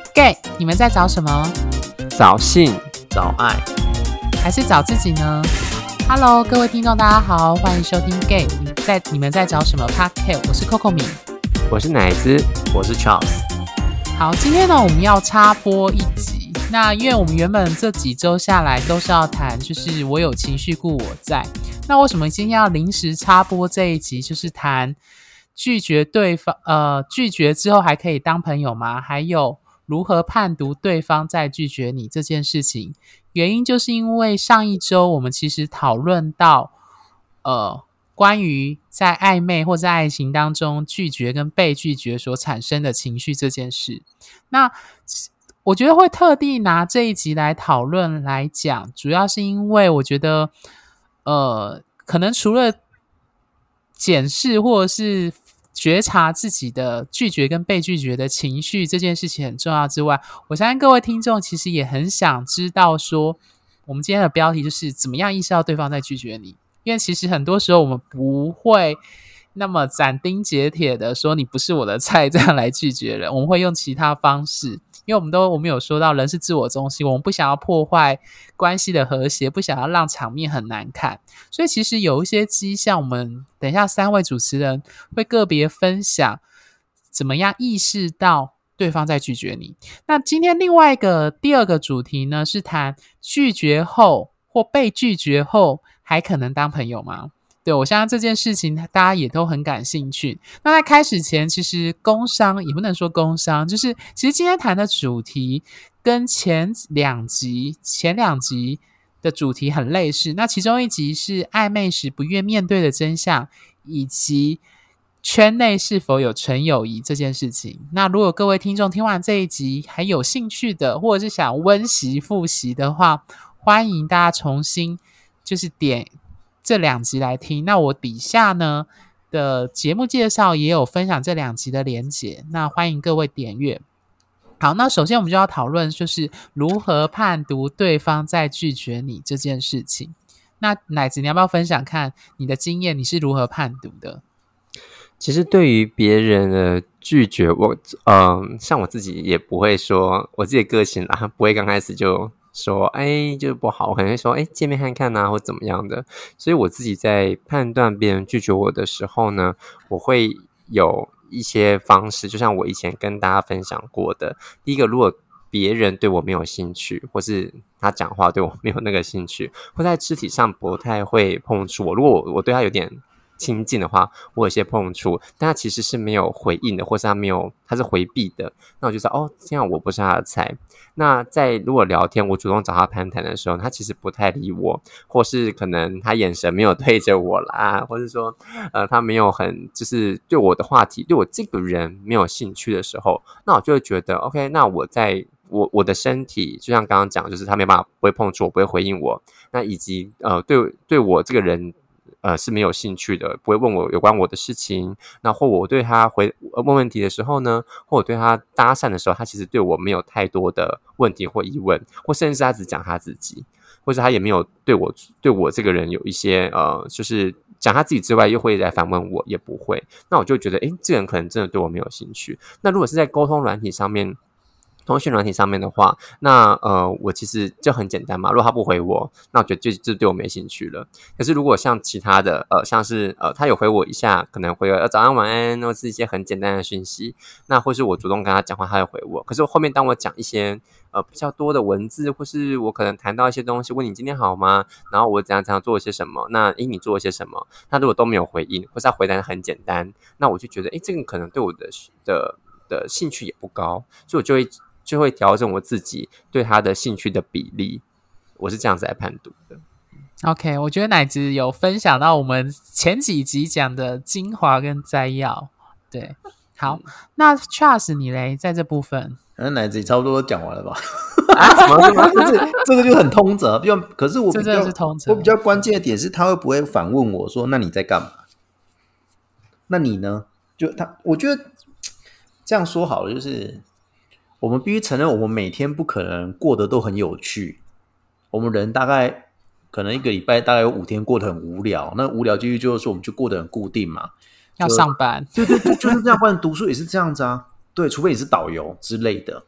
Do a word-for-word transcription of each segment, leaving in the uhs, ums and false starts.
Gay， 你们在找什么？ 找性， 找爱， 还是找自己呢？ Hello， 各位听众，大家好，欢迎收听 Gay， 你在你们在找什么 Podcast？ 我是 Coco 米， 我是奶子， 我是 Charles。 好，今天呢，我们要插播一集。那因为我们原本这几周下来都是要谈，就是我有情绪故我在。那为什么今天要临时插播这一集？就是谈拒绝对方，呃，拒绝之后还可以当朋友吗？还有如何判读对方在拒绝你这件事情。原因就是因为上一周我们其实讨论到，呃，关于在暧昧或在爱情当中拒绝跟被拒绝所产生的情绪这件事。那我觉得会特地拿这一集来讨论来讲，主要是因为我觉得呃，可能除了检视或者是觉察自己的拒绝跟被拒绝的情绪这件事情很重要之外，我相信各位听众其实也很想知道说，我们今天的标题就是怎么样意识到对方在拒绝你。因为其实很多时候我们不会那么斩钉截铁的说你不是我的菜这样来拒绝人，我们会用其他方式。因为我们都我们有说到人是自我中心，我们不想要破坏关系的和谐，不想要让场面很难看，所以其实有一些迹象，我们等一下三位主持人会个别分享怎么样意识到对方在拒绝你。那今天另外一个第二个主题呢，是谈拒绝后或被拒绝后还可能当朋友吗？对，我相信这件事情大家也都很感兴趣。那在开始前，其实工商也不能说工商，就是其实今天谈的主题跟前两集前两集的主题很类似。那其中一集是暧昧时不愿面对的真相，以及圈内是否有纯友谊这件事情。那如果各位听众听完这一集还有兴趣的，或者是想温习复习的话，欢迎大家重新就是点这两集来听。那我底下呢的节目介绍也有分享这两集的连结，那欢迎各位点阅。好，那首先我们就要讨论就是如何判读对方在拒绝你这件事情。那奶子你要不要分享看你的经验，你是如何判读的？ 其实对于别人的拒绝，我呃，像我自己也不会说我自己的个性啦，不会刚开始就说哎就不好，我可能会说哎见面看看啊或怎么样的。所以我自己在判断别人拒绝我的时候呢，我会有一些方式，就像我以前跟大家分享过的。第一个，如果别人对我没有兴趣，或是他讲话对我没有那个兴趣，或在肢体上不太会碰触我，如果 我, 我对他有点亲近的话，我有些碰触，但他其实是没有回应的，或是他没有，他是回避的，那我就知道哦，这样我不是他的菜。那在如果聊天，我主动找他攀谈的时候，他其实不太理我，或是可能他眼神没有对着我啦，或是说呃他没有很就是对我的话题，对我这个人没有兴趣的时候，那我就会觉得 OK， 那我在我我的身体就像刚刚讲，就是他没办法不会碰触我，不会回应我，那以及呃对对我这个人呃，是没有兴趣的，不会问我有关我的事情。那或我对他回问问题的时候呢，或我对他搭讪的时候，他其实对我没有太多的问题或疑问，或甚至他只讲他自己，或者他也没有对我对我这个人有一些呃，就是讲他自己之外，又会来反问我，也不会。那我就觉得，诶，这个人可能真的对我没有兴趣。那如果是在沟通软体上面。通讯软体上面的话，那呃，我其实就很简单嘛。如果他不回我，那我觉得就就对我没兴趣了。可是如果像其他的，呃，像是呃，他有回我一下，可能回个、呃、早安晚安，或是一些很简单的讯息，那或是我主动跟他讲话，他会回我。可是后面当我讲一些呃比较多的文字，或是我可能谈到一些东西，问你今天好吗？然后我怎样怎样做了些什么？那诶，你做了些什么？他如果都没有回应，或是他回答很简单，那我就觉得诶，这个可能对我的的的兴趣也不高，所以我就会。就会调整我自己对他的兴趣的比例，我是这样子来判读的。 OK， 我觉得奶子有分享到我们前几集讲的精华跟摘要。对，好，嗯、那 Charles 你嘞，在这部分， 那奶子也差不多都讲完了吧？啊，什么什么？这是这个就很通则，可是我比较这真的是通则。 我比较关键的点是，他会不会反问我说：“那你在干嘛？那你呢？”就他，我觉得这样说好了，就是。我们必须承认，我们每天不可能过得都很有趣。我们人大概可能一个礼拜大概有五天过得很无聊，那无聊几率就是说我们就过得很固定嘛， 要上班。 对对对，就是这样。不然读书也是这样子啊。对，除非你是导游之类的。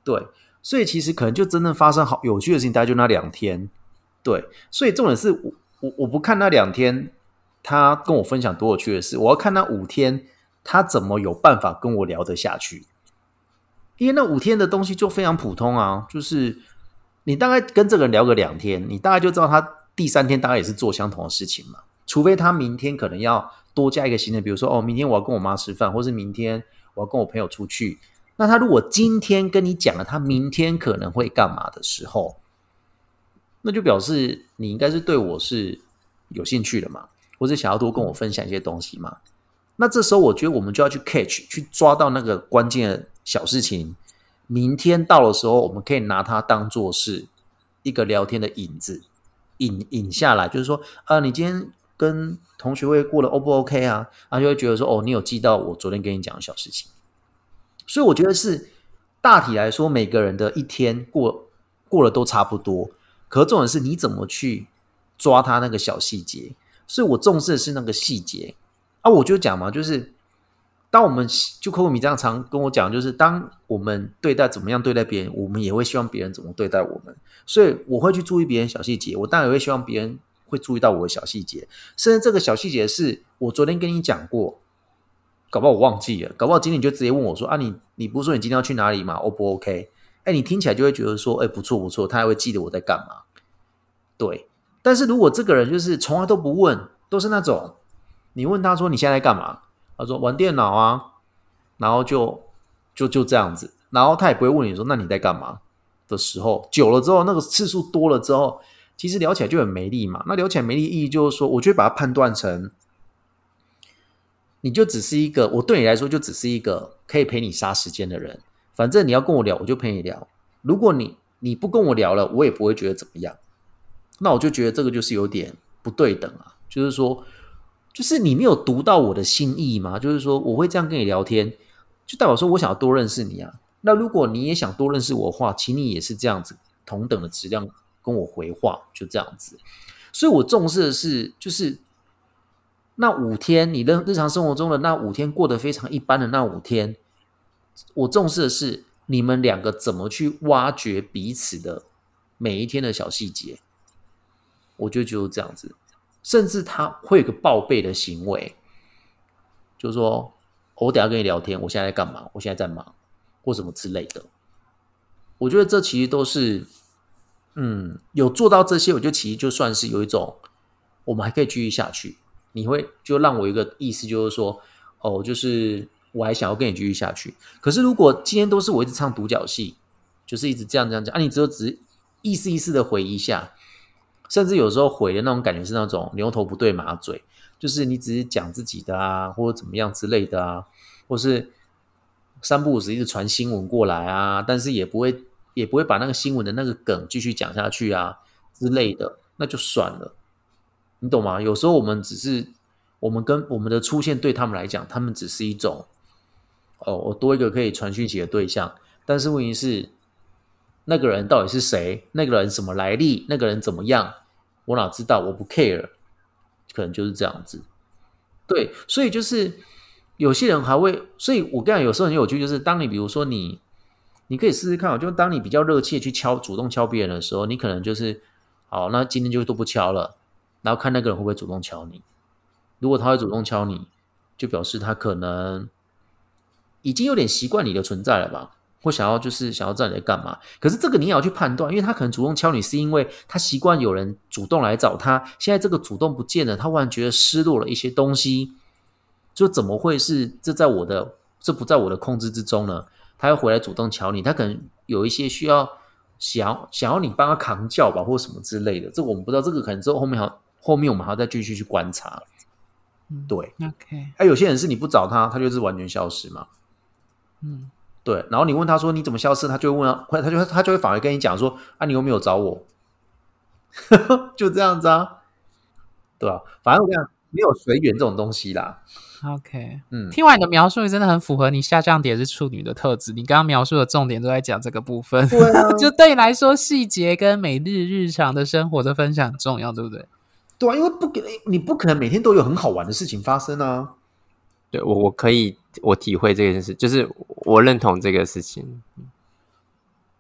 对，所以其实可能就真正发生好有趣的事情，大概就那两天。对，所以重点是我我我不看那两天他跟我分享多有趣的事，我要看那五天他怎么有办法跟我聊得下去。因为那五天的东西就非常普通啊，就是你大概跟这个人聊个两天，你大概就知道他第三天大概也是做相同的事情嘛，除非他明天可能要多加一个行程，比如说哦，明天我要跟我妈吃饭，或是明天我要跟我朋友出去。那他如果今天跟你讲了他明天可能会干嘛的时候，那就表示你应该是对我是有兴趣的嘛，或是想要多跟我分享一些东西嘛。那这时候我觉得我们就要去 catch 去抓到那个关键的小事情，明天到的时候我们可以拿它当作是一个聊天的引子，引引下来，就是说啊，你今天跟同学会过得 O 不 OK 啊？然后就会觉得说哦，你有记到我昨天跟你讲的小事情。所以我觉得是大体来说，每个人的一天过过了都差不多，可是重点是你怎么去抓他那个小细节。所以我重视的是那个细节啊，我就讲嘛，就是当我们就 Coco 米这样常跟我讲，就是当我们对待怎么样对待别人，我们也会希望别人怎么对待我们。所以我会去注意别人小细节，我当然也会希望别人会注意到我的小细节，甚至这个小细节是我昨天跟你讲过，搞不好我忘记了，搞不好今天你就直接问我说啊，你你不是说你今天要去哪里吗 ？O 不 OK？ 哎，你听起来就会觉得说，哎，不错不错，他还会记得我在干嘛。对，但是如果这个人就是从来都不问，都是那种你问他说你现在在干嘛，他说玩电脑啊，然后就就就这样子，然后他也不会问你说那你在干嘛的时候，久了之后那个次数多了之后，其实聊起来就很没力嘛。那聊起来没力意义就是说，我就会把它判断成你就只是一个，我对你来说就只是一个可以陪你杀时间的人，反正你要跟我聊我就陪你聊，如果你你不跟我聊了，我也不会觉得怎么样。那我就觉得这个就是有点不对等啊，就是说就是你没有读到我的心意嘛，就是说我会这样跟你聊天，就代表说我想要多认识你啊。那如果你也想多认识我的话，请你也是这样子同等的质量跟我回话，就这样子。所以我重视的是就是那五天，你的日常生活中的那五天过得非常一般的那五天，我重视的是你们两个怎么去挖掘彼此的每一天的小细节。我觉得就是这样子，甚至他会有个报备的行为，就是说我等一下跟你聊天，我现在在干嘛，我现在在忙或什么之类的。我觉得这其实都是嗯，有做到这些，我觉得其实就算是有一种我们还可以继续下去。你会就让我一个意思就是说哦，就是我还想要跟你继续下去。可是如果今天都是我一直唱独角戏，就是一直这样这样讲啊，你只有只意思意思的回一下，甚至有时候回的那种感觉是那种牛头不对马嘴，就是你只是讲自己的啊，或者怎么样之类的啊，或是三不五时一直传新闻过来啊，但是也不会也不会把那个新闻的那个梗继续讲下去啊之类的，那就算了。你懂吗？有时候我们只是我们跟我们的出现对他们来讲，他们只是一种哦，我多一个可以传讯息的对象，但是问题是那个人到底是谁，那个人什么来历，那个人怎么样，我哪知道，我不 care， 可能就是这样子。对，所以就是有些人还会，所以我跟你讲有时候很有趣，就是当你比如说你你可以试试看，就当你比较热切去敲主动敲别人的时候，你可能就是好，那今天就都不敲了，然后看那个人会不会主动敲你。如果他会主动敲你，就表示他可能已经有点习惯你的存在了吧，或想要就是想要知道你在干嘛。可是这个你也要去判断，因为他可能主动敲你是因为他习惯有人主动来找他，现在这个主动不见了，他忽然觉得失落了一些东西，就怎么会是这在我的这不在我的控制之中呢？他要回来主动敲你，他可能有一些需要想要想要你帮他扛轿吧，或什么之类的，这我们不知道，这个可能之后后面还后面我们还要再继续去观察。对 ，OK， 哎，有些人是你不找他，他就是完全消失嘛。 嗯， 对，然后你问他说你怎么消失，他就会问他，他就他就会反而跟你讲说啊，你有没有找我？就这样子啊，对吧？反正我讲没有随缘这种东西啦。 OK， 嗯， 听完你的描述，真的很符合你下降点是处女的特质。你刚刚描述的重点都在讲这个部分， 对啊， 就对你来说，细节跟每日日常的生活的分享很重要，对不对？ 对啊，因为不你不可能每天都有很好玩的事情发生啊。 对，我我可以我体会这件事，就是我认同这个事情。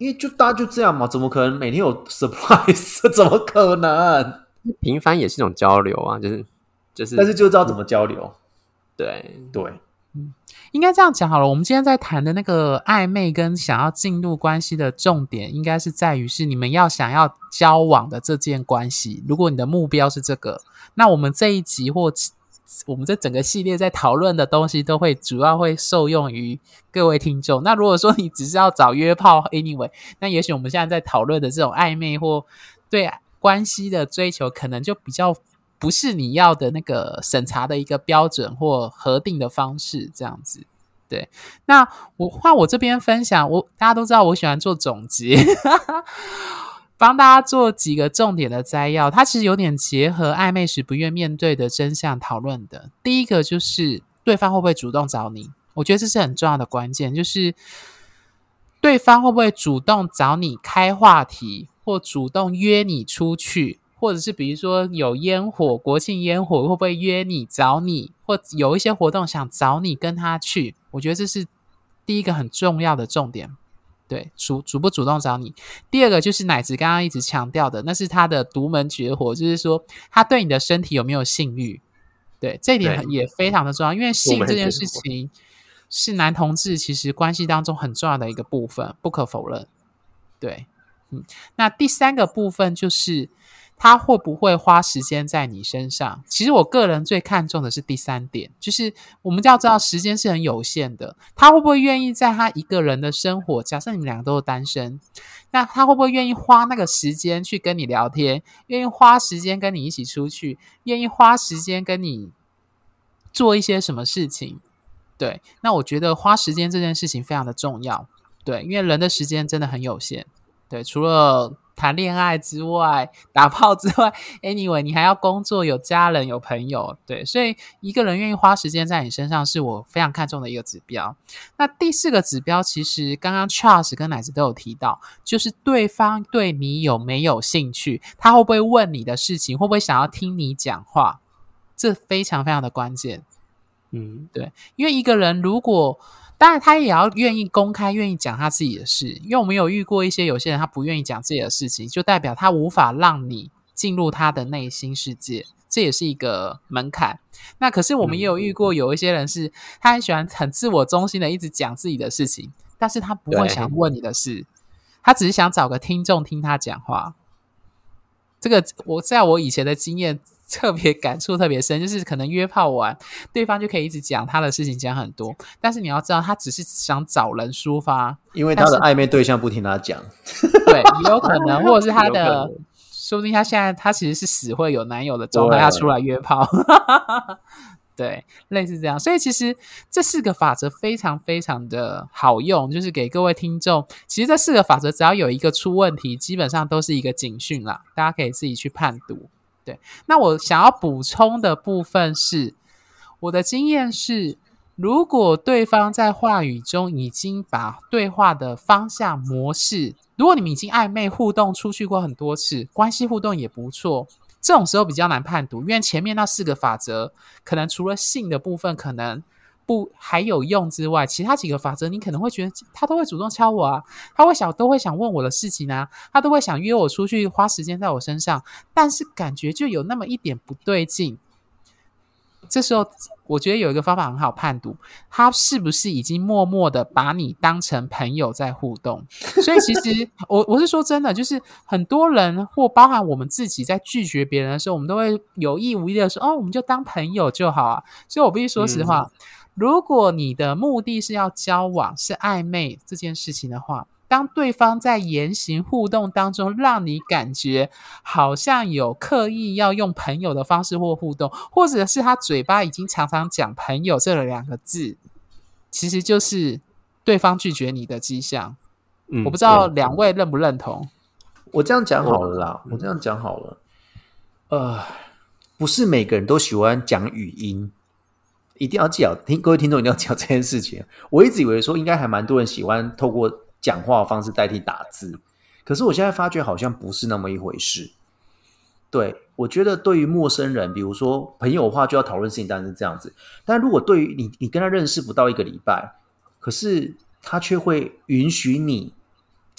因为就大家就这样嘛，怎么可能每天有 surprise？ 怎么可能？ 频繁也是一种交流啊，就是就是， 但是就知道怎么交流。 对对， 嗯，应该这样讲好了。我们今天在谈的那个暧昧跟想要进入关系的重点，应该是在于是你们要想要交往的这件关系。如果你的目标是这个，那我们这一集或我们这整个系列在讨论的东西，都会主要会受用于各位听众。那如果说你只是要找约炮 ，anyway， 那也许我们现在在讨论的这种暧昧或对关系的追求，可能就比较不是你要的那个审查的一个标准或核定的方式，这样子。对，那我换我这边分享，我大家都知道我喜欢做总结，帮大家做几个重点的摘要。它其实有点结合暧昧时不愿面对的真相讨论的。第一个就是对方会不会主动找你，我觉得这是很重要的关键，就是对方会不会主动找你开话题，或主动约你出去，或者是比如说有烟火，国庆烟火会不会约你找你，或有一些活动想找你跟他去。我觉得这是第一个很重要的重点，对，主主不主动找你。第二个就是乃子刚刚一直强调的，那是他的独门绝活，就是说他对你的身体有没有性欲，对，这一点也非常的重要，因为性这件事情是男同志其实关系当中很重要的一个部分，不可否认。对，嗯，那第三个部分就是他会不会花时间在你身上。其实我个人最看重的是第三点，就是我们就要知道时间是很有限的，他会不会愿意在他一个人的生活，假设你们两个都是单身，那他会不会愿意花那个时间去跟你聊天，愿意花时间跟你一起出去，愿意花时间跟你做一些什么事情。对，那我觉得花时间这件事情非常的重要。对，因为人的时间真的很有限。对，除了谈恋爱之外，打炮之外 anyway 你还要工作，有家人，有朋友。对，所以一个人愿意花时间在你身上是我非常看重的一个指标。那第四个指标其实刚刚 Charles 跟乃子都有提到，就是对方对你有没有兴趣，他会不会问你的事情，会不会想要听你讲话，这非常非常的关键。嗯，对，因为一个人如果当然他也要愿意公开，愿意讲他自己的事，因为我们有遇过一些有些人他不愿意讲自己的事情，就代表他无法让你进入他的内心世界，这也是一个门槛。那可是我们也有遇过有一些人是他很喜欢很自我中心的一直讲自己的事情，但是他不会想问你的事，他只是想找个听众听他讲话。这个我在我以前的经验特别感触特别深，就是可能约炮完对方就可以一直讲他的事情，讲很多，但是你要知道他只是想找人抒发， 因为他的暧昧对象不听他讲。 对，有可能，或者是他的说不定他现在他其实是死会有男友的状态，他出来约炮。对，类似这样。所以其实这四个法则非常非常的好用，就是给各位听众，其实这四个法则只要有一个出问题，基本上都是一个警讯啦，大家可以自己去判读。对，那我想要补充的部分是，我的经验是，如果对方在话语中已经把对话的方向模式，如果你们已经暧昧互动出去过很多次，关系互动也不错，这种时候比较难判读，因为前面那四个法则可能除了性的部分可能不还有用之外，其他几个法则你可能会觉得他都会主动敲我啊，他会想都会想问我的事情啊，他都会想约我出去花时间在我身上，但是感觉就有那么一点不对劲。这时候我觉得有一个方法很好判读，他是不是已经默默的把你当成朋友在互动。所以其实我我是说真的，就是很多人或包含我们自己在拒绝别人的时候，我们都会有意无意的说哦，我们就当朋友就好啊。所以我必须说实话、嗯、如果你的目的是要交往，是暧昧这件事情的话，当对方在言行互动当中让你感觉好像有刻意要用朋友的方式或互动，或者是他嘴巴已经常常讲朋友这两个字，其实就是对方拒绝你的迹象、嗯、我不知道两位认不认同。 我这样讲好了啦，我这样讲好了，呃，不是每个人都喜欢讲语音，一定要记好，听各位听众一定要记好这件事情。我一直以为说应该还蛮多人喜欢透过讲话的方式代替打字，可是我现在发觉好像不是那么一回事。对，我觉得对于陌生人，比如说朋友的话就要讨论事情，当然是这样子，但如果对于你你跟他认识不到一个礼拜，可是他却会允许你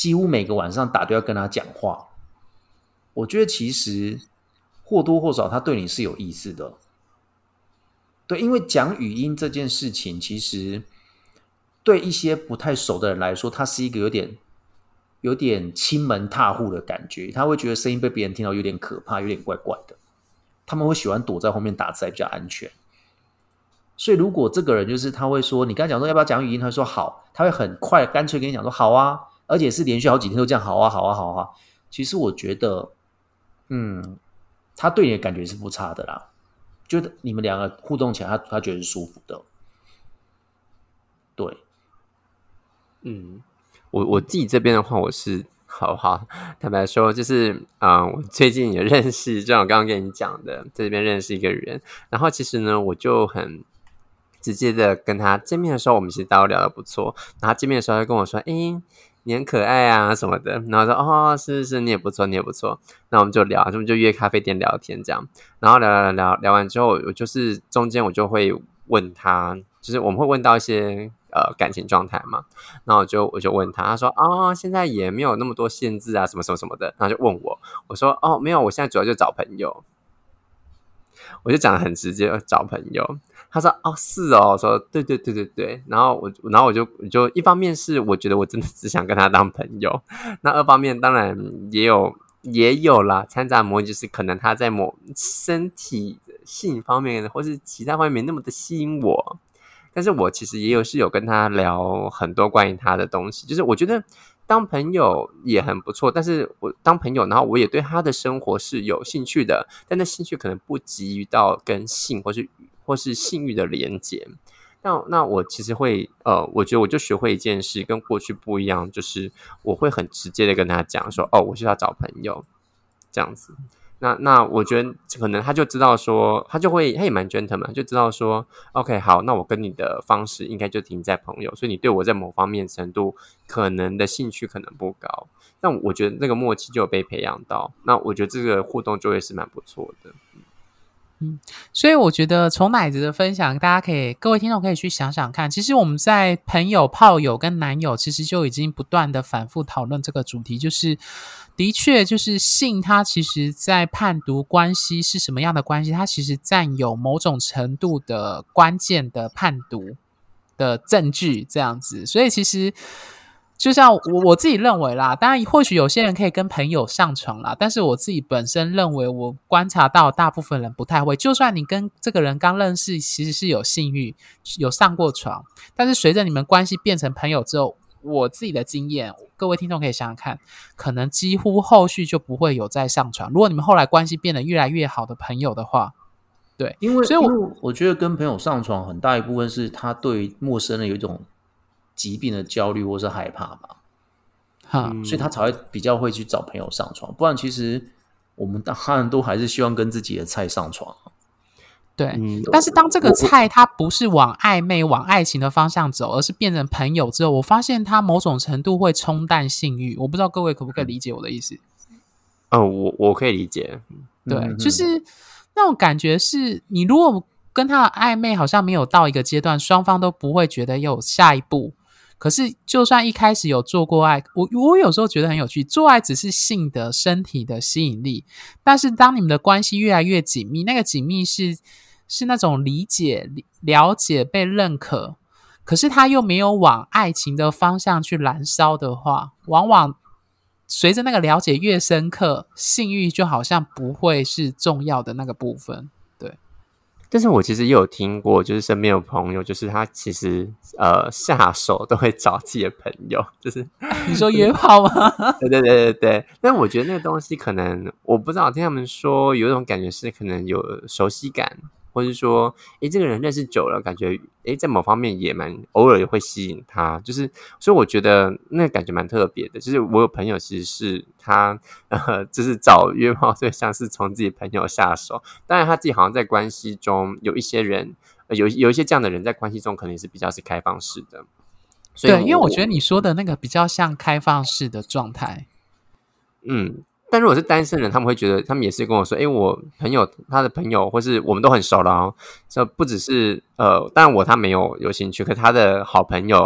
几乎每个晚上打电话跟他讲话，我觉得其实或多或少他对你是有意思的。对，因为讲语音这件事情，其实对一些不太熟的人来说，它是一个有点有点亲门踏户的感觉，他会觉得声音被别人听到有点可怕，有点怪怪的，他们会喜欢躲在后面打字比较安全。所以如果这个人就是他会说，你刚才讲说要不要讲语音，他会说好，他会很快干脆跟你讲说好啊，而且是连续好几天都这样好啊好啊好啊。其实我觉得嗯，他对你的感觉是不差的啦，就你们两个互动起来他他觉得是舒服的。对， 嗯，我我自己这边的话，我是好好坦白说，就是啊、呃，我最近也认识，就像我刚刚跟你讲的，在这边认识一个人，然后其实呢，我就很直接的跟他见面的时候，我们其实大家聊得不错，然后他见面的时候就跟我说，诶，你很可爱啊什么的，然后说哦，是是，你也不错，你也不错，那我们就聊，我们就约咖啡店聊天这样，然后聊聊聊聊完之后，我就是中间我就会问他，就是我们会问到一些呃感情状态嘛，然后我就我就问他，他说哦，现在也没有那么多限制啊，什么什么什么的，然后就问我，我说哦，没有，我现在主要就找朋友，我就讲得很直接，找朋友。他说哦是哦，我说对对对对对，然后我然后我就我就一方面是我觉得我真的只想跟他当朋友，那二方面当然也有也有啦，掺杂模就是可能他在某身体性方面或是其他方面没那么的吸引我，但是我其实也有是有跟他聊很多关于他的东西，就是我觉得当朋友也很不错，但是我当朋友，然后我也对他的生活是有兴趣的，但那兴趣可能不及于到跟性或是或是性欲的连结。那那我其实会呃，我觉得我就学会一件事，跟过去不一样，就是我会很直接的跟他讲说，哦，我是要找朋友这样子。那那我觉得可能他就知道说，他就会他也蛮 gentleman， 就知道说 OK 好，那我跟你的方式应该就停在朋友，所以你对我在某方面程度可能的兴趣可能不高，但我觉得那个默契就有被培养到，那我觉得这个互动就会是蛮不错的。 嗯，所以我觉得从奶子的分享，大家可以各位听众可以去想想看，其实我们在朋友、炮友跟男友，其实就已经不断的反复讨论这个主题，就是的确就是性，它其实在判读关系是什么样的关系，它其实占有某种程度的关键的判读的证据，这样子，所以其实。就像我我自己认为啦，当然或许有些人可以跟朋友上床啦，但是我自己本身认为，我观察到大部分人不太会。就算你跟这个人刚认识，其实是有性欲，有上过床，但是随着你们关系变成朋友之后，我自己的经验，各位听众可以想想看，可能几乎后续就不会有再上床。如果你们后来关系变得越来越好的朋友的话，对， 因为所以我因为我觉得跟朋友上床很大一部分是他对陌生人有一种疾病的焦虑或是害怕吧， 嗯， 所以他才会比较会去找朋友上床。不然其实我们当然都还是希望跟自己的菜上床。 对、 嗯， 但是当这个菜它不是往暧昧、往爱情的方向走，而是变成朋友之后，我发现它某种程度会冲淡性欲。我不知道各位可不可以理解我的意思？ 哦，我我可以理解。 对， 嗯、 就是那种感觉是，你如果跟他的暧昧好像没有到一个阶段，双方都不会觉得有下一步。可是就算一开始有做过爱，我我有时候觉得很有趣，做爱只是性的身体的吸引力，但是当你们的关系越来越紧密，那个紧密是是那种理解、了解、被认可，可是他又没有往爱情的方向去燃烧的话，往往随着那个了解越深刻，性欲就好像不会是重要的那个部分。 但是我其实也有听过，就是身边有朋友，就是他其实呃下手都会找自己的朋友，就是你说约炮吗？ 对对对对对。但我觉得那个东西可能我不知道，听他们说有一种感觉是可能有熟悉感，或是说诶这个人认识久了，感觉诶在某方面也蛮偶尔也会吸引他，就是所以我觉得那个感觉蛮特别的。就是我有朋友其实是他呃就是找约炮对象是从自己朋友下手，当然他自己好像在关系中有一些人、呃、有有一些这样的人在关系中可能也是比较是开放式的。所以对，因为我觉得你说的那个比较像开放式的状态。 嗯。但如果是单身人，他们会觉得，他们也是跟我说，诶，我朋友他的朋友，或是我们都很熟了哦，所以不只是呃，当然我他没有有兴趣，可他的好朋友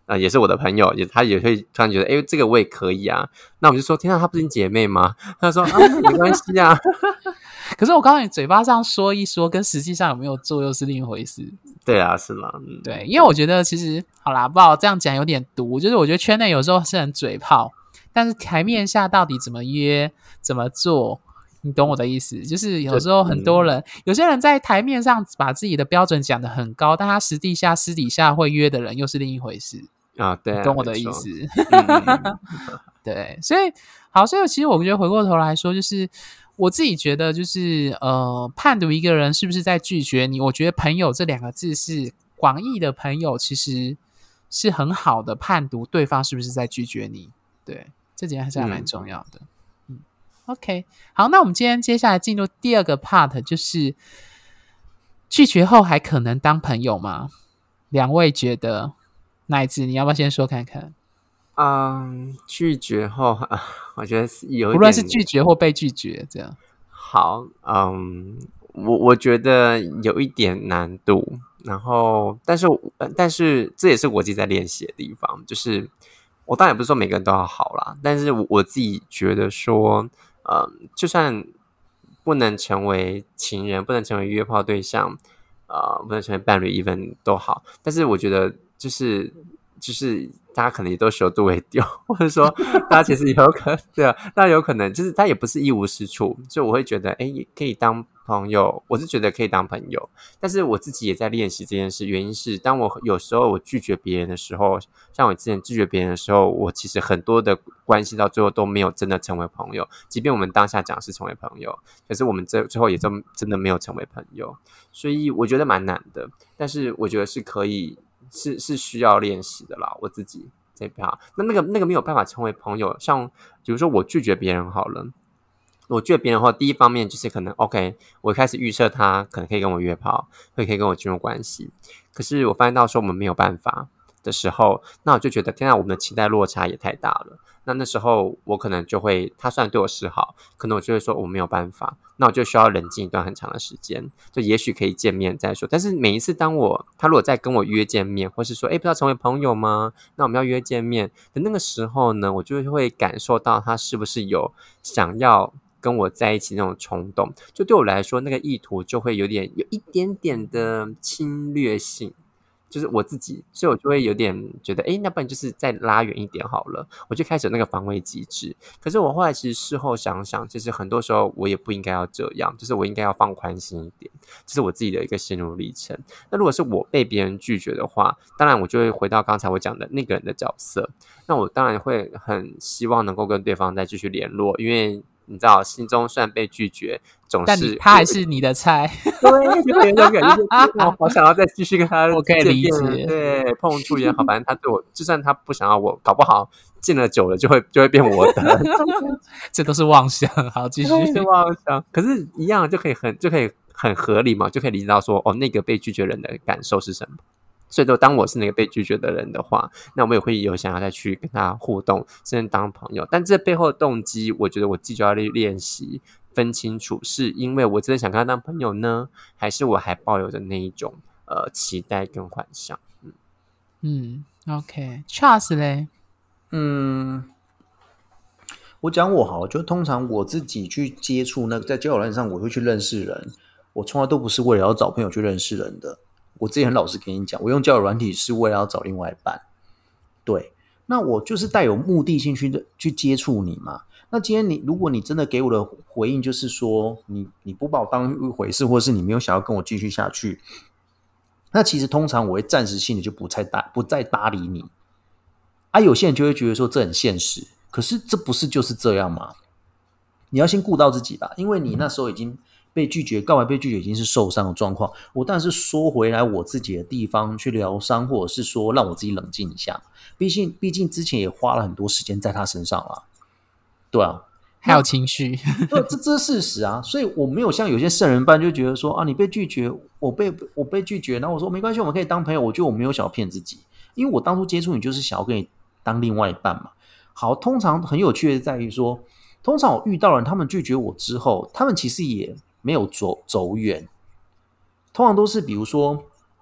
呃，也是我的朋友，也他也会突然觉得，哎，这个我也可以啊。那我们就说，天啊，她不是你姐妹吗？他说啊，没关系啊。 可是我告诉你，嘴巴上说一说，跟实际上有没有做又是另一回事。 对啊，是啦、嗯， 对，因为我觉得其实好啦，不好这样讲有点毒，就是我觉得圈内有时候是很嘴炮，但是台面下到底怎么约、怎么做，你懂我的意思？就是有时候很多人，嗯、有些人在台面上把自己的标准讲得很高，但他实际下私底下会约的人又是另一回事啊。对啊， 你懂我的意思？嗯、对，所以好，所以其实我觉得回过头来说，就是我自己觉得，就是呃，判读一个人是不是在拒绝你，我觉得朋友这两个字是广义的朋友，其实是很好的判读对方是不是在拒绝你。对，这点还是还蛮重要的。嗯, 嗯 ，OK， 好，那我们今天接下来进入第二个 part， 就是拒绝后还可能当朋友吗？两位觉得，乃至你要不要先说看看？ 嗯，拒绝后啊，我觉得是有一点， 无论是拒绝或被拒绝，这样好。嗯，我我觉得有一点难度，然后，但是，但是这也是我自己在练习的地方，就是我当然不是说每个人都要好啦，但是我我自己觉得说，嗯，就算不能成为情人，不能成为约炮对象，呃，不能成为伴侣 even 都好，但是我觉得就是就是大家可能也都熟度为丢，或者说大家其实有可能对啊，大家有可能就是他也不是一无是处，所以我会觉得哎，可以当朋友，我是觉得可以当朋友，但是我自己也在练习这件事，原因是当我有时候我拒绝别人的时候，像我之前拒绝别人的时候，我其实很多的关系到最后都没有真的成为朋友，即便我们当下讲是成为朋友，可是我们最最后也真真的没有成为朋友，所以我觉得蛮难的，但是我觉得是可以是是需要练习的啦，我自己这边那那个那个没有办法成为朋友，像比如说我拒绝别人好了。我拒绝别人的话，第一方面就是可能 OK， 我开始预设他可能可以跟我约炮，会可以跟我进入关系。可是我发现到说我们没有办法的时候，那我就觉得天啊，我们的期待落差也太大了。那那时候我可能就会，他虽然对我示好，可能我就会说我没有办法，那我就需要冷静一段很长的时间，就也许可以见面再说。但是每一次当我他如果再跟我约见面，或是说哎，不要成为朋友吗？那我们要约见面的那个时候呢，我就会感受到他是不是有想要跟我在一起那种冲动，就对我来说那个意图就会有点有一点点的侵略性，就是我自己，所以我就会有点觉得诶，那不然就是再拉远一点好了，我就开始有那个防卫机制。可是我后来其实事后想想，其实很多时候我也不应该要这样，就是我应该要放宽心一点，这是我自己的一个心路历程。那如果是我被别人拒绝的话，当然我就会回到刚才我讲的那个人的角色，那我当然会很希望能够跟对方再继续联络，因为你知道，心中虽然被拒绝，总是但他还是你的菜。 对，就别人就感觉我好想要再继续跟他我可以理解， 对，碰触也好，反正他对我，就算他不想要我，搞不好见了久了就会就会变我的， 这都是妄想。好，继续是妄想，可是一样就可以很就可以很合理嘛，就可以理解到说，哦，那个被拒绝人的感受是什么。所以说当我是那个被拒绝的人的话，那我也会有想要再去跟他互动，甚至当朋友，但这背后的动机我觉得我自己就要练习分清楚，是因为我真的想跟他当朋友呢，还是我还抱有着那一种呃期待跟幻想。嗯嗯 OK Charles 咧， 嗯，我讲我好，就通常我自己去接触那个在交友软件上我会去认识人，我从来都不是为了要找朋友去认识人的，我之前很老实跟你讲，我用交友软体是为了要找另外一半，对，那我就是带有目的性去去接触你嘛。那今天你如果你真的给我的回应就是说你你不把我当一回事，或是你没有想要跟我继续下去，那其实通常我会暂时性的就不再搭不再搭理你啊。有些人就会觉得说这很现实，可是这不是就是这样吗？你要先顾到自己吧，因为你那时候已经被拒绝，告白被拒绝已经是受伤的状况，我当然是说回来我自己的地方去疗伤，或者是说让我自己冷静一下，毕竟毕竟之前也花了很多时间在他身上啦，对啊， 还有情绪对，这这是事实啊，所以我没有像有些圣人般就觉得说啊，你被拒绝，我被我被拒绝，然后我说没关系，我们可以当朋友，我觉得我没有想要骗自己，因为我当初接触你就是想要跟你当另外一半嘛。好，通常很有趣的在于说，通常我遇到人他们拒绝我之后，他们其实也没有走走远，通常都是比如说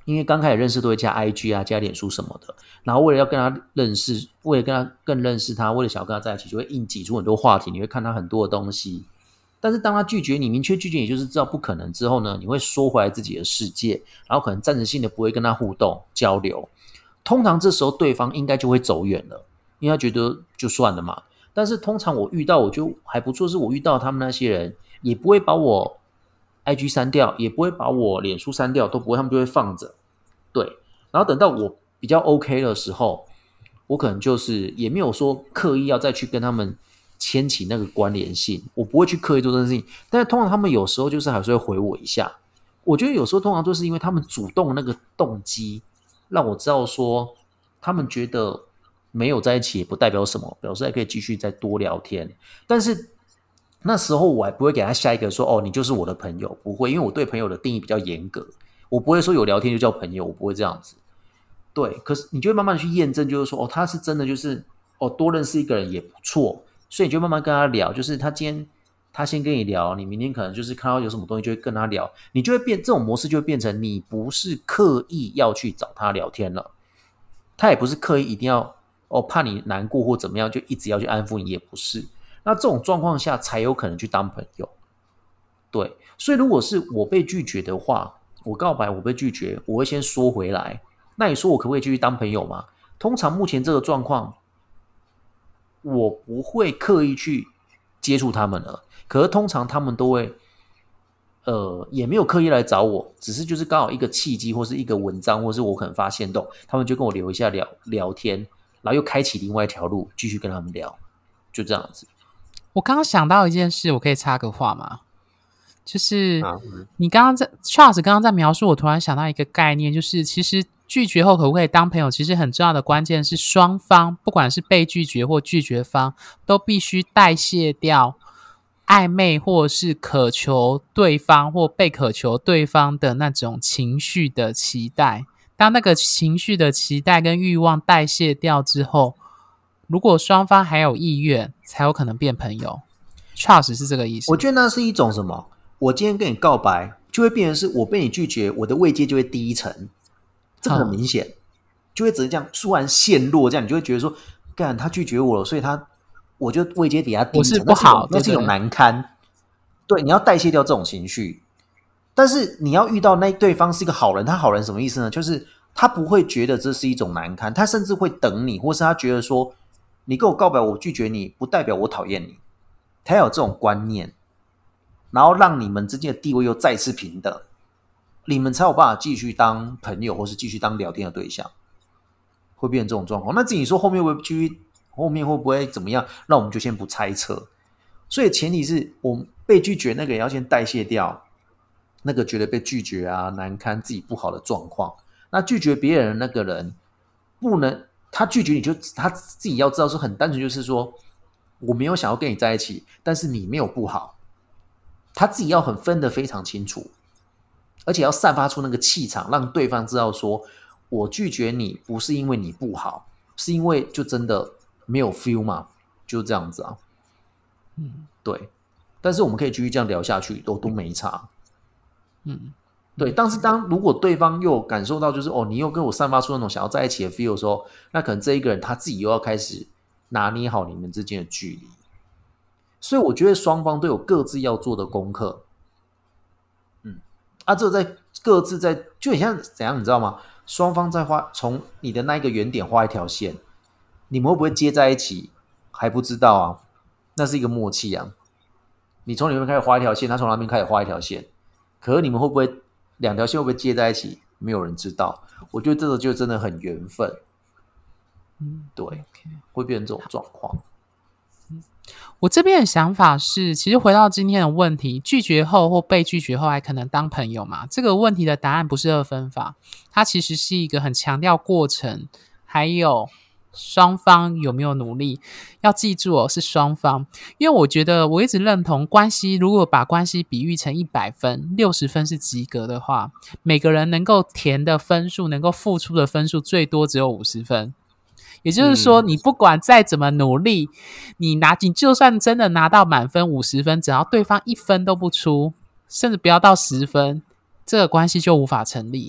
因为刚开始认识都会加 I G 啊、加脸书什么的，然后为了要跟他认识，为了跟他更认识他，为了想要跟他在一起，就会硬挤出很多话题，你会看他很多的东西。但是当他拒绝你，明确拒绝你，就是知道不可能之后呢，你会缩回来自己的世界，然后可能暂时性的不会跟他互动交流。通常这时候对方应该就会走远了，因为他觉得就算了嘛。但是通常我遇到我就还不错，是我遇到他们那些人也不会把我 I G 删掉，也不会把我脸书删掉，都不会，他们就会放着。对，然后等到我比较 OK 的时候，我可能就是也没有说刻意要再去跟他们牵起那个关联性，我不会去刻意做这件事情。但是通常他们有时候就是还是会回我一下，我觉得有时候通常都是因为他们主动的那个动机，让我知道说他们觉得没有在一起也不代表什么，表示还可以继续再多聊天。但是那时候我还不会给他下一个说哦你就是我的朋友，不会，因为我对朋友的定义比较严格，我不会说有聊天就叫朋友，我不会这样子。对，可是你就会慢慢的去验证，就是说哦他是真的就是哦多认识一个人也不错，所以你就慢慢跟他聊，就是他今天他先跟你聊，你明天可能就是看到有什么东西就会跟他聊，你就会变，这种模式就会变成你不是刻意要去找他聊天了，他也不是刻意一定要哦怕你难过或怎么样就一直要去安抚你，也不是。那这种状况下才有可能去当朋友。对，所以如果是我被拒绝的话，我告白我被拒绝，我会先缩回来。那你说我可不可以继续当朋友吗？通常目前这个状况我不会刻意去接触他们了，可是通常他们都会呃，也没有刻意来找我，只是就是刚好一个契机或是一个文章，或是我可能发现动，他们就跟我留一下聊聊天，然后又开启另外一条路继续跟他们聊，就这样子。 我刚刚想到一件事，我可以插个话吗？就是啊嗯你刚刚在 Charles 刚刚在描述，我突然想到一个概念，就是其实拒绝后可不可以当朋友，其实很重要的关键是双方不管是被拒绝或拒绝方都必须代谢掉暧昧或是渴求对方或被渴求对方的那种情绪的期待。当那个情绪的期待跟欲望代谢掉之后，如果双方还有意愿，才有可能变朋友。Charles 是这个意思。 我觉得那是一种什么？我今天跟你告白，就会变成是我被你拒绝，我的位阶就会低一层，这个很明显，就会只是这样突然陷落，这样你就会觉得说，干他拒绝我了，所以他我就位阶底下低一层， 我是不好， 那是一种难堪。对，你要代谢掉这种情绪，但是你要遇到那对方是一个好人，他好人什么意思呢？就是他不会觉得这是一种难堪，他甚至会等你，或是他觉得说，你跟我告白，我拒绝你，不代表我讨厌你，他有这种观念。然后让你们之间的地位又再次平等，你们才有办法继续当朋友，或是继续当聊天的对象，会变成这种状况。那自己说后面会不会继续，后面会不会怎么样？那我们就先不猜测。所以前提是我们被拒绝那个人要先代谢掉那个觉得被拒绝啊、难堪、自己不好的状况。那拒绝别人的那个人不能，他拒绝你就他自己要知道是很单纯，就是说我没有想要跟你在一起，但是你没有不好。他自己要很分得非常清楚，而且要散发出那个气场，让对方知道说我拒绝你不是因为你不好，是因为就真的没有 feel 嘛，就这样子啊。嗯，对。但是我们可以继续这样聊下去，都都没差。嗯，对。但是当如果对方又感受到就是哦，你又跟我散发出那种想要在一起的 feel 的时候，那可能这一个人他自己又要开始拿捏好你们之间的距离。所以我觉得双方都有各自要做的功课，嗯，啊，这在各自在就很像怎样，你知道吗？双方在画从你的那一个原点画一条线，你们会不会接在一起还不知道啊，那是一个默契啊。你从你那边开始画一条线，他从那边开始画一条线，可是你们会不会两条线会不会接在一起？没有人知道。我觉得这个就真的很缘分，嗯，对，会变成这种状况。 我这边的想法是，其实回到今天的问题，拒绝后或被拒绝后还可能当朋友吗？这个问题的答案不是二分法，它其实是一个很强调过程，还有双方有没有努力。要记住哦，是双方，因为我觉得我一直认同关系，如果把关系比喻成一百分，六十分是及格的话，每个人能够填的分数，能够付出的分数最多只有五十分。也就是说，你不管再怎么努力，你拿你就算真的拿到满分五十分，只要对方一分都不出，甚至不要到十分，这个关系就无法成立。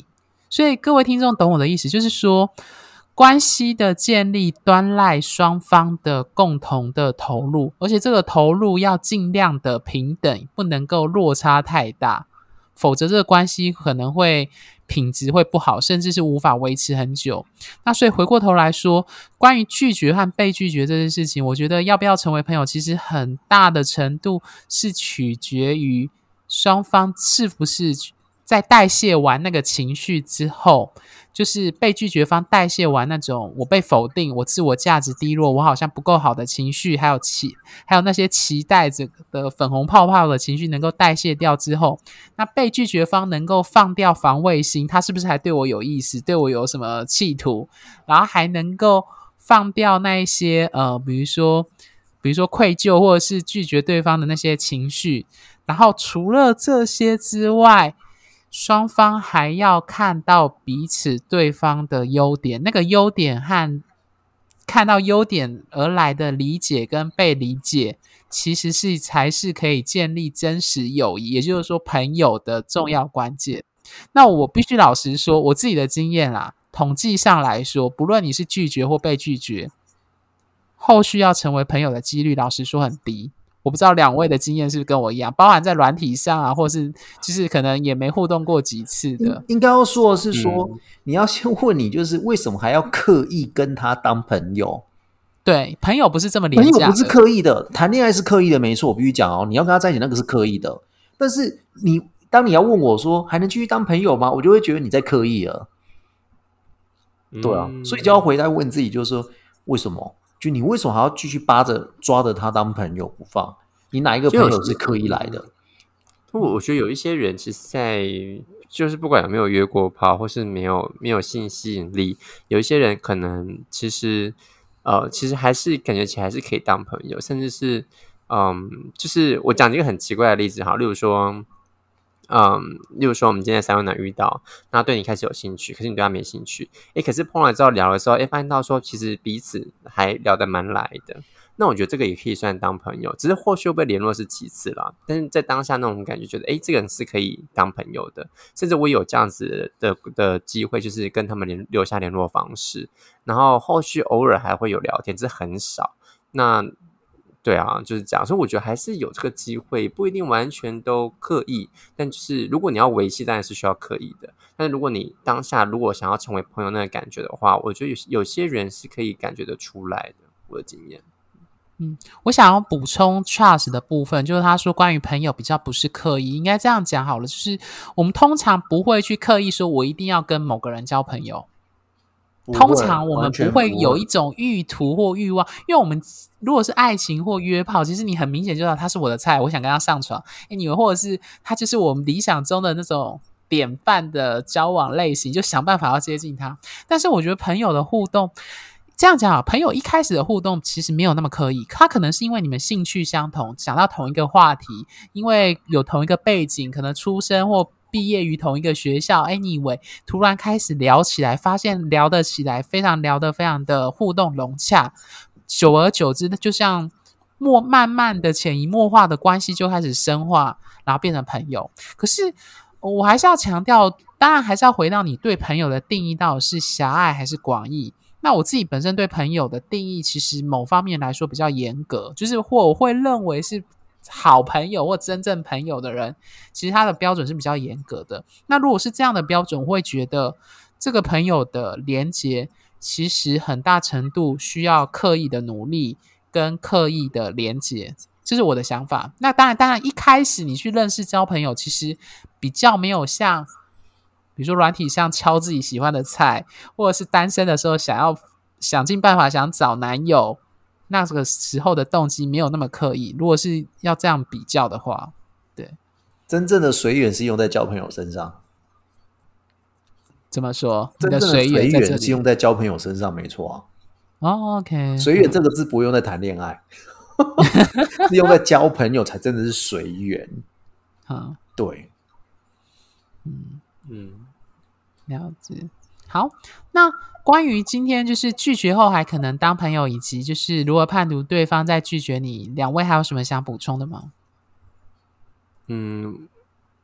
所以各位听众懂我的意思，就是说关系的建立端赖双方的共同的投入，而且这个投入要尽量的平等，不能够落差太大，否则这个关系可能会品质会不好，甚至是无法维持很久。那所以回过头来说，关于拒绝和被拒绝这件事情，我觉得要不要成为朋友，其实很大的程度是取决于双方是不是在代谢完那个情绪之后，就是被拒绝方代谢完那种我被否定，我自我价值低落，我好像不够好的情绪，还有期还有那些期待着的粉红泡泡的情绪能够代谢掉之后，那被拒绝方能够放掉防卫心，他是不是还对我有意思，对我有什么企图，然后还能够放掉那一些呃，比如说比如说愧疚或者是拒绝对方的那些情绪，然后除了这些之外，双方还要看到彼此对方的优点，那个优点和看到优点而来的理解跟被理解，其实是才是可以建立真实友谊，也就是说朋友的重要关键。那我必须老实说，我自己的经验啦，统计上来说，不论你是拒绝或被拒绝，后续要成为朋友的几率老实说很低。我不知道两位的经验是不是跟我一样，包含在软体上啊，或是就是可能也没互动过几次的。 应该要说的是说、 嗯、 你要先问你，就是为什么还要刻意跟他当朋友？ 对，朋友不是这么廉价的， 朋友不是刻意的，谈恋爱是刻意的，没错，我必须讲哦，你要跟他在一起那个是刻意的。但是你当你要问我说还能继续当朋友吗？我就会觉得你在刻意了。 嗯、 对啊，所以就要回来问自己，就是说为什么？就你为什么还要继续扒着抓着他当朋友不放？你哪一个朋友是刻意来的？ 我我觉得有一些人其实在就是不管有没有约过炮，或是没有没有性吸引力，有一些人可能其实呃其实还是感觉起来还是可以当朋友，甚至是嗯，就是我讲一个很奇怪的例子哈，例如说。嗯，例如说我们今天在三温暖遇到，那对你开始有兴趣，可是你对他没兴趣，诶，可是碰了之后聊的时候，诶，发现到说其实彼此还聊得蛮来的，那我觉得这个也可以算当朋友，只是后续会不会联络是其次啦，但是在当下那种感觉觉得，诶，这个人是可以当朋友的，甚至我也有这样子的的机会，就是跟他们联留下联络方式，然后后续偶尔还会有聊天，只是很少，那对啊，就是这样，所以我觉得还是有这个机会，不一定完全都刻意，但就是如果你要维系，当然是需要刻意的。但是如果你当下如果想要成为朋友那个感觉的话，我觉得 有, 有些人是可以感觉得出来的，我的经验。 嗯，我想要补充 Charles 的部分，就是他说关于朋友比较不是刻意，应该这样讲好了，就是我们通常不会去刻意说我一定要跟某个人交朋友。通常我们不会有一种意图或欲望，因为我们如果是爱情或约炮，其实你很明显就知道他是我的菜，我想跟他上床，诶你们或者是他就是我们理想中的那种典范的交往类型，就想办法要接近他。但是我觉得朋友的互动，这样讲啊，朋友一开始的互动其实没有那么刻意，他可能是因为你们兴趣相同，想到同一个话题，因为有同一个背景，可能出生或毕业于同一个学校 anyway 突然开始聊起来，发现聊得起来，非常聊得非常的互动融洽，久而久之就像默慢慢的潜移默化的关系就开始深化，然后变成朋友。可是我还是要强调，当然还是要回到你对朋友的定义到底是狭隘还是广义。那我自己本身对朋友的定义其实某方面来说比较严格，就是或我会认为是好朋友或真正朋友的人，其实他的标准是比较严格的。那如果是这样的标准，我会觉得这个朋友的连结其实很大程度需要刻意的努力跟刻意的连结，这是我的想法。那当然当然一开始你去认识交朋友，其实比较没有像比如说软体上敲自己喜欢的菜，或者是单身的时候想要想尽办法想找男友，那这个时候的动机没有那么刻意。如果是要这样比较的话，对， 真正的随缘是用在交朋友身上。 怎么说？ 真正的随缘是用在交朋友身上，没错啊。 哦 ，OK， 随缘这个字不用在谈恋爱，是用在交朋友才真的是随缘。 好， 对， 嗯嗯， 了解。好，那关于今天就是拒绝后还可能当朋友，以及就是如何判读对方在拒绝你，两位还有什么想补充的吗？ 嗯，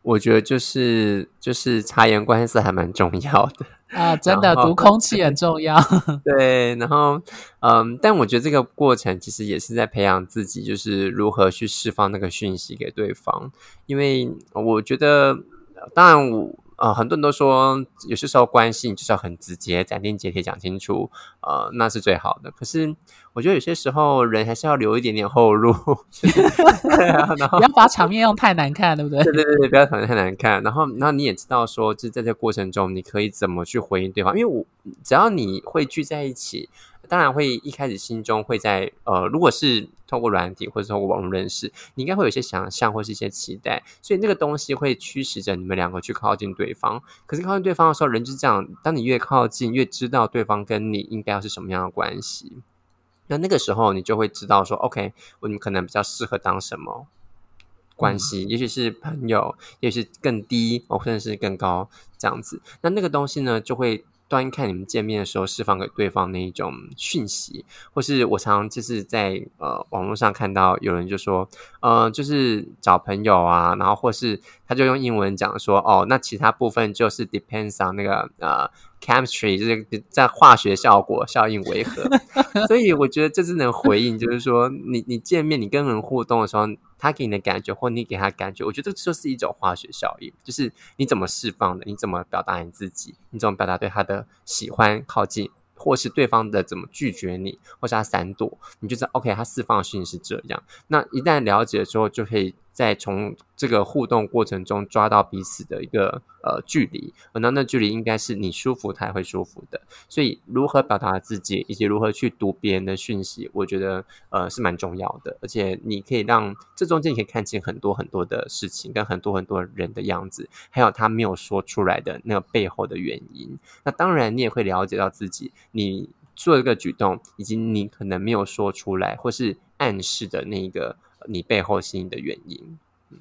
我觉得就是就是察言观色还蛮重要的啊，真的读空气很重要。 对，然后嗯，但我觉得这个过程其实也是在培养自己，就是如何去释放那个讯息给对方。因为我觉得，当然我呃很多人都说，有些时候关系你就是要很直接、斩钉截铁讲清楚，呃，那是最好的。可是我觉得有些时候人还是要留一点点后路，就是对啊，然后不要把场面用太难看，对不对？ 对对对，不要场面太难看。然后，然后你也知道说，就是在这个过程中，你可以怎么去回应对方。因为我只要你会聚在一起，当然会一开始心中会在呃，如果是透过软体或者透过网络认识，你应该会有一些想象或是一些期待，所以那个东西会驱使着你们两个去靠近对方。可是靠近对方的时候，人就是这样，当你越靠近，越知道对方跟你应该要是什么样的关系。那那个时候你就会知道说 OK 我们可能比较适合当什么关系、嗯、也许是朋友，也许是更低、哦、甚至是更高这样子。那那个东西呢就会端看你们见面的时候释放给对方那一种讯息。或是我常常就是在呃网络上看到有人就说呃就是找朋友啊，然后或是他就用英文讲说哦那其他部分就是 depends on 那个呃chemistry 就是在化学效果效应为何所以我觉得这是能回应就是说你你见面你跟人互动的时候，他给你的感觉或你给他感觉，我觉得这就是一种化学效应，就是你怎么释放的，你怎么表达你自己，你怎么表达对他的喜欢靠近，或是对方的怎么拒绝你，或是他闪躲，你就知道 OK 他释放的讯息是这样。那一旦了解了之后，就可以再从这个互动过程中抓到彼此的一个呃距离，而那那距离应该是你舒服他也会舒服的。所以如何表达自己以及如何去读别人的讯息，我觉得呃是蛮重要的。而且你可以让这中间你可以看清很多很多的事情跟很多很多人的样子，还有他没有说出来的那个背后的原因。那当然你也会了解到自己你做这个举动以及你可能没有说出来或是暗示的那个你背后心里的原因。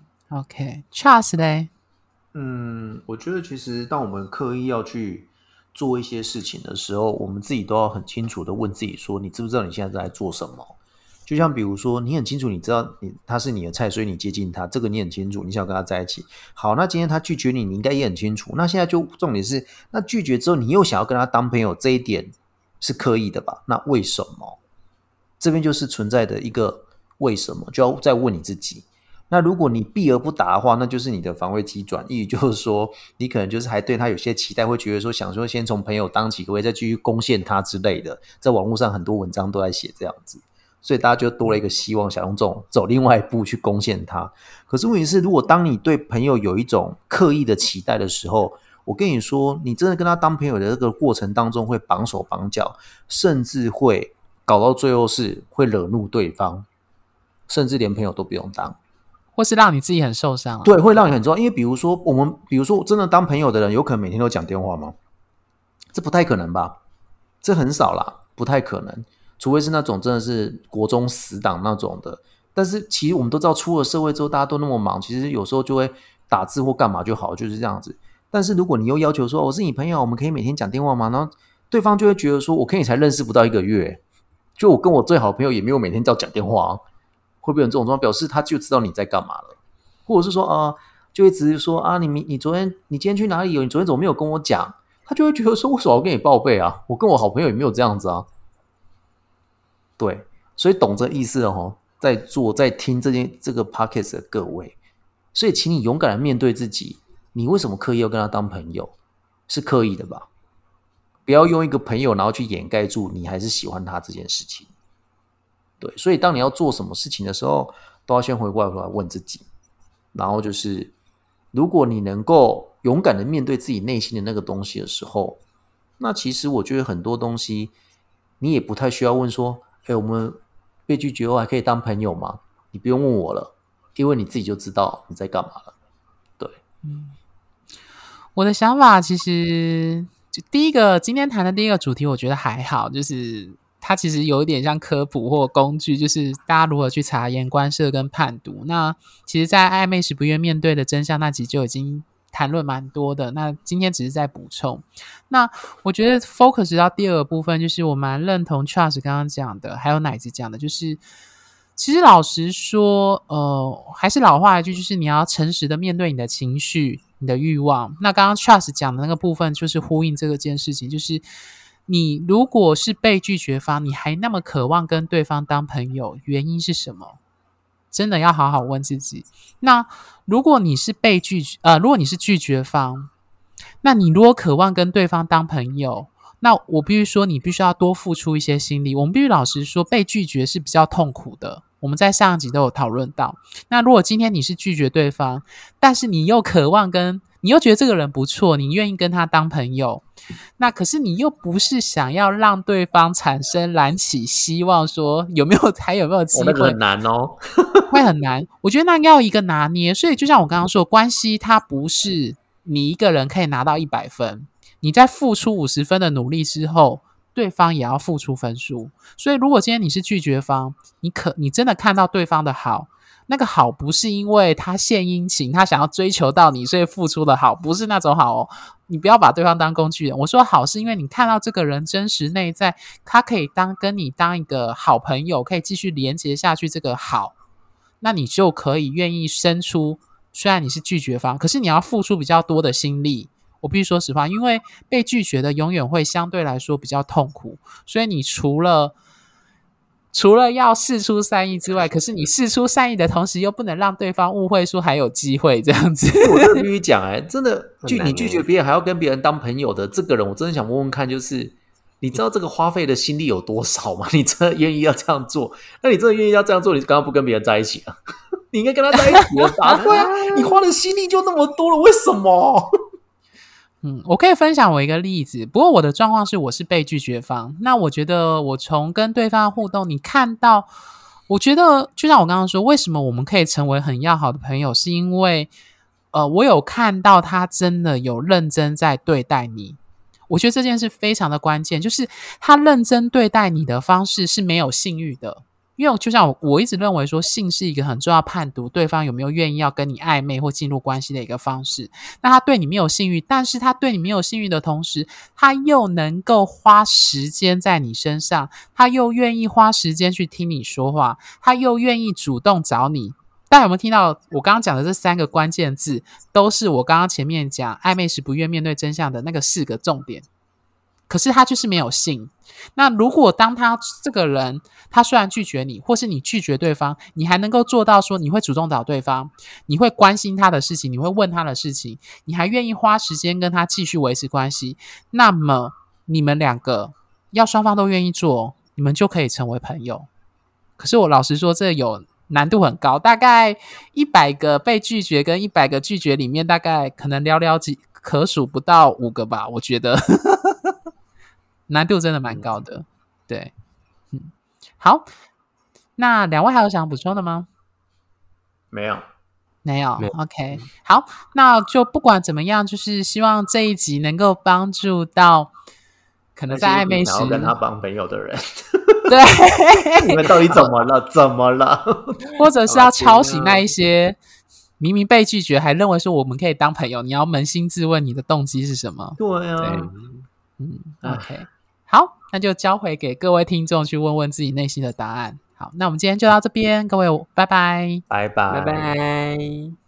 OK Charles 咧？ 嗯，我觉得其实当我们刻意要去做一些事情的时候，我们自己都要很清楚的问自己说，你知不知道你现在在做什么。就像比如说你很清楚你知道你他是你的菜，所以你接近他，这个你很清楚，你想跟他在一起。好，那今天他拒绝你，你应该也很清楚。那现在就重点是，那拒绝之后你又想要跟他当朋友，这一点是刻意的吧？那为什么？这边就是存在的一个为什么，就要再问你自己。那如果你避而不答的话，那就是你的防卫机转移，就是说你可能就是还对他有些期待，会觉得说想说先从朋友当起，可不可以再继续攻陷他之类的。在网络上很多文章都在写这样子，所以大家就多了一个希望，想用这种走另外一步去攻陷他。可是问题是，如果当你对朋友有一种刻意的期待的时候，我跟你说，你真的跟他当朋友的这个过程当中会绑手绑脚，甚至会搞到最后是会惹怒对方，甚至连朋友都不用当， 或是让你自己很受伤、啊、 对，会让你很重要。因为比如说我们比如说真的当朋友的人有可能每天都讲电话吗？这不太可能吧，这很少啦，不太可能，除非是那种真的是国中死党那种的。但是其实我们都知道出了社会之后大家都那么忙，其实有时候就会打字或干嘛就好，就是这样子。但是如果你又要求说我是你朋友，我们可以每天讲电话吗？然后对方就会觉得说我跟你才认识不到一个月，就我跟我最好的朋友也没有每天叫讲电话啊，会不会有这种状况？表示他就知道你在干嘛了，或者是说啊、呃，就一直说啊，你你昨天你今天去哪里？你昨天怎么没有跟我讲？他就会觉得说为什么要跟你报备啊？我跟我好朋友也没有这样子啊。对，所以懂这意思了齁，在做在听这件这个 podcast 的各位，所以请你勇敢的面对自己，你为什么刻意要跟他当朋友？是刻意的吧？不要用一个朋友然后去掩盖住你还是喜欢他这件事情。对，所以当你要做什么事情的时候，都要先回过来问自己，然后就是如果你能够勇敢的面对自己内心的那个东西的时候，那其实我觉得很多东西你也不太需要问说，哎，我们被拒绝后还可以当朋友吗？你不用问我了，因为你自己就知道你在干嘛了。对， 嗯，我的想法其实就第一个今天谈的第一个主题我觉得还好，就是它其实有一点像科普或工具，就是大家如何去察言观色跟判读。那其实在暧昧时不愿面对的真相那集就已经谈论蛮多的，那今天只是在补充。那我觉得 focus 到第二个部分，就是我蛮认同 Charles 刚刚讲的还有奶子讲的，就是其实老实说，呃，还是老话一句，就是你要诚实的面对你的情绪、你的欲望。那刚刚 Charles 讲的那个部分，就是呼应这个件事情，就是你如果是被拒绝方，你还那么渴望跟对方当朋友，原因是什么？真的要好好问自己。那如果你是被拒绝，呃，如果你是拒绝方，那你如果渴望跟对方当朋友，那我必须说，你必须要多付出一些心力。我们必须老实说，被拒绝是比较痛苦的。我们在上一集都有讨论到。那如果今天你是拒绝对方，但是你又渴望跟，你又觉得这个人不错，你愿意跟他当朋友，那可是你又不是想要让对方产生燃起希望，说有没有还有没有机会？ 哦，那个很难哦， 会很难。我觉得那要一个拿捏。所以就像我刚刚说，关系它不是你一个人可以拿到一百分，你在付出五十分的努力之后，对方也要付出分数。所以如果今天你是拒绝方，你可你真的看到对方的好，那个好不是因为他献殷勤，他想要追求到你，所以付出的好，不是那种好哦。你不要把对方当工具人。我说好是因为你看到这个人真实内在，他可以当跟你当一个好朋友，可以继续连接下去，这个好，那你就可以愿意生出，虽然你是拒绝方，可是你要付出比较多的心力。我必须说实话，因为被拒绝的永远会相对来说比较痛苦，所以你除了除了要释出善意之外，可是你释出善意的同时，又不能让对方误会说还有机会这样子。 我真的必须讲，哎，真的拒很难你拒绝别人还要跟别人当朋友的这个人，我真的想问问看，就是你知道这个花费的心力有多少吗？你真的愿意要这样做？那你真的愿意要这样做，你刚刚不跟别人在一起啊？你应该跟他在一起了吧？对啊，你花的心力就那么多了，为什么？ 嗯，我可以分享我一个例子，不过我的状况是我是被拒绝方。那我觉得我从跟对方互动，你看到，我觉得就像我刚刚说，为什么我们可以成为很要好的朋友，是因为呃，我有看到他真的有认真在对待你。我觉得这件事非常的关键，就是他认真对待你的方式是没有性欲的。因为就像 我, 我一直认为说，性是一个很重要判读对方有没有愿意要跟你暧昧或进入关系的一个方式。那他对你没有性欲，但是他对你没有性欲的同时，他又能够花时间在你身上，他又愿意花时间去听你说话，他又愿意主动找你。大家有没有听到我刚刚讲的这三个关键字，都是我刚刚前面讲暧昧时不愿面对真相的那个四个重点。可是他就是没有性。那如果当他这个人，他虽然拒绝你，或是你拒绝对方，你还能够做到说你会主动找对方，你会关心他的事情，你会问他的事情，你还愿意花时间跟他继续维持关系，那么你们两个要双方都愿意做，你们就可以成为朋友。可是我老实说，这有难度很高，大概一百个被拒绝跟一百个拒绝里面，大概可能寥寥几可数不到五个吧，我觉得难度真的蛮高的。对，嗯，好，那两位还有想补充的吗？ 没有， 没有, 没有 OK， 好，那就不管怎么样，就是希望这一集能够帮助到可能在暧昧时想要跟他当朋友的人。 对， 你们到底怎么了？怎么了？ 或者是要敲醒那一些明明被拒绝还认为说我们可以当朋友，你要扪心自问你的动机是什么。 对啊， 对，嗯 OK， 好，那就交回给各位听众去问问自己内心的答案。好，那我们今天就到这边，各位拜拜， 拜拜拜拜。